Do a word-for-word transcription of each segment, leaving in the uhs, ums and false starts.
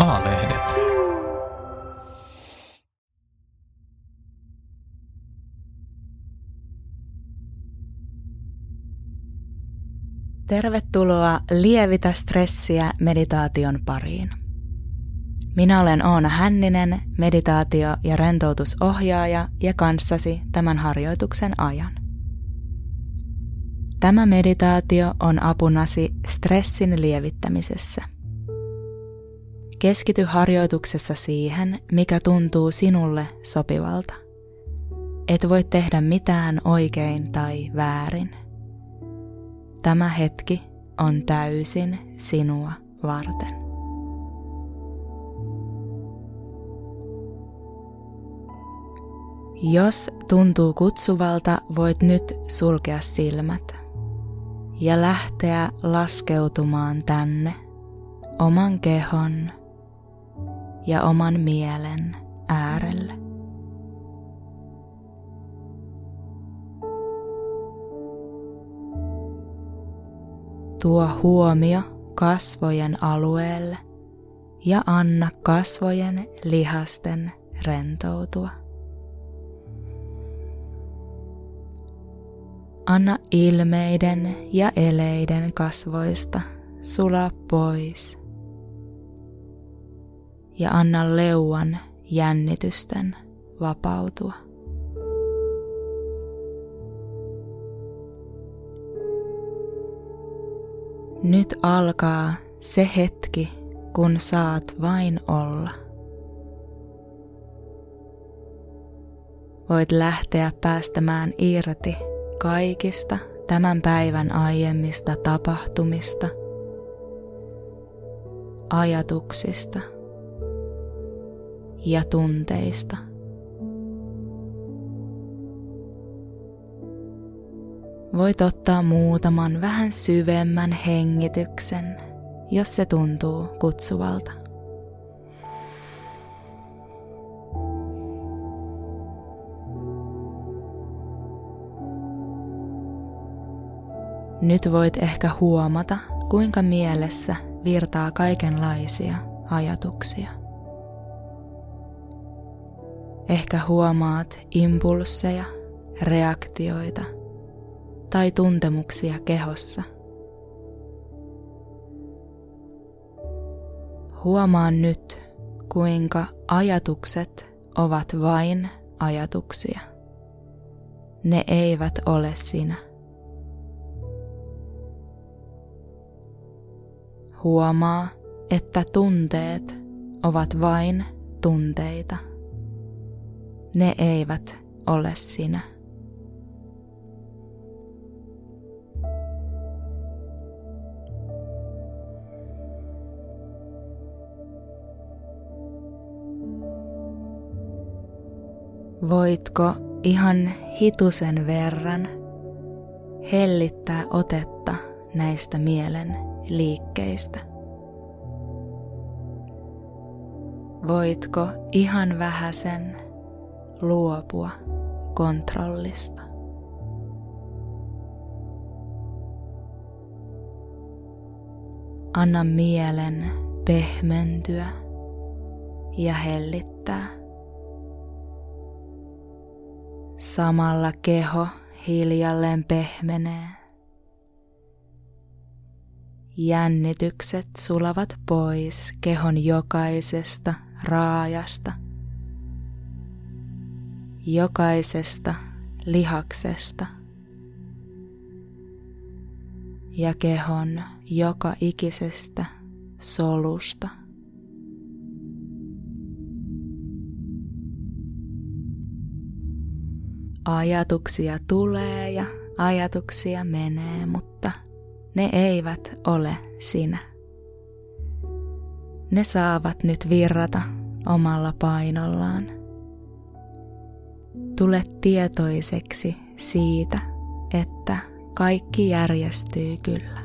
Maalehdet. Tervetuloa Lievitä stressiä meditaation pariin. Minä olen Oona Hänninen, meditaatio- ja rentoutusohjaaja ja kanssasi tämän harjoituksen ajan. Tämä meditaatio on apunasi stressin lievittämisessä. Keskity harjoituksessa siihen, mikä tuntuu sinulle sopivalta. Et voi tehdä mitään oikein tai väärin. Tämä hetki on täysin sinua varten. Jos tuntuu kutsuvalta, voit nyt sulkea silmät ja lähteä laskeutumaan tänne oman kehon ja oman mielen äärelle. Tuo huomio kasvojen alueelle ja anna kasvojen lihasten rentoutua. Anna ilmeiden ja eleiden kasvoista sulaa pois ja anna leuan jännitysten vapautua. Nyt alkaa se hetki, kun saat vain olla. Voit lähteä päästämään irti kaikista tämän päivän aiemmista tapahtumista, ajatuksista ja tunteista. Voit ottaa muutaman vähän syvemmän hengityksen, jos se tuntuu kutsuvalta. Nyt voit ehkä huomata, kuinka mielessä virtaa kaikenlaisia ajatuksia. Ehkä huomaat impulsseja, reaktioita tai tuntemuksia kehossa. Huomaa nyt, kuinka ajatukset ovat vain ajatuksia. Ne eivät ole sinä. Huomaa, että tunteet ovat vain tunteita. Ne eivät ole sinä. Voitko ihan hitusen verran hellittää otetta näistä mielen liikkeistä? Voitko ihan vähäsen luopua kontrollista? Anna mielen pehmentyä ja hellittää. Samalla keho hiljalleen pehmenee. Jännitykset sulavat pois kehon jokaisesta raajasta, jokaisesta lihaksesta ja kehon joka ikisestä solusta. Ajatuksia tulee ja ajatuksia menee, mutta ne eivät ole sinä. Ne saavat nyt virrata omalla painollaan. Tule tietoiseksi siitä, että kaikki järjestyy kyllä.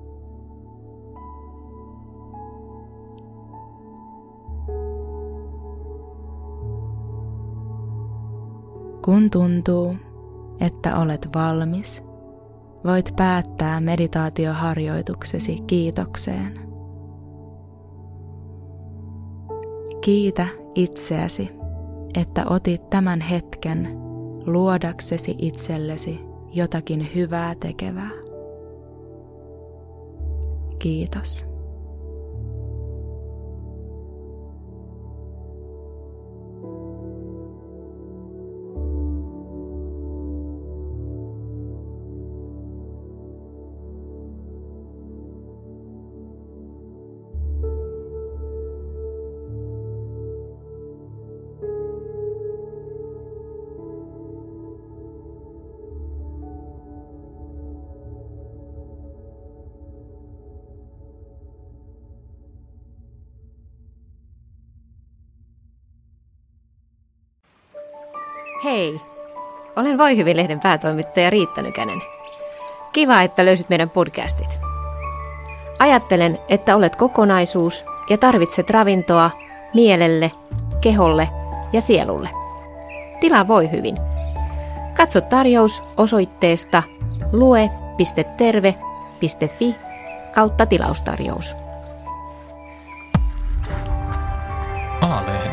Kun tuntuu, että olet valmis, voit päättää meditaatioharjoituksesi kiitokseen. Kiitä itseäsi, että otit tämän hetken luodaksesi itsellesi jotakin hyvää tekevää. Kiitos. Hei, olen Voi hyvin-lehden päätoimittaja Riitta Nykänen. Kiva, että löysit meidän podcastit. Ajattelen, että olet kokonaisuus ja tarvitset ravintoa mielelle, keholle ja sielulle. Tilaa Voi hyvin. Katso tarjous osoitteesta lue piste terve piste fi kautta tilaustarjous. A-lehden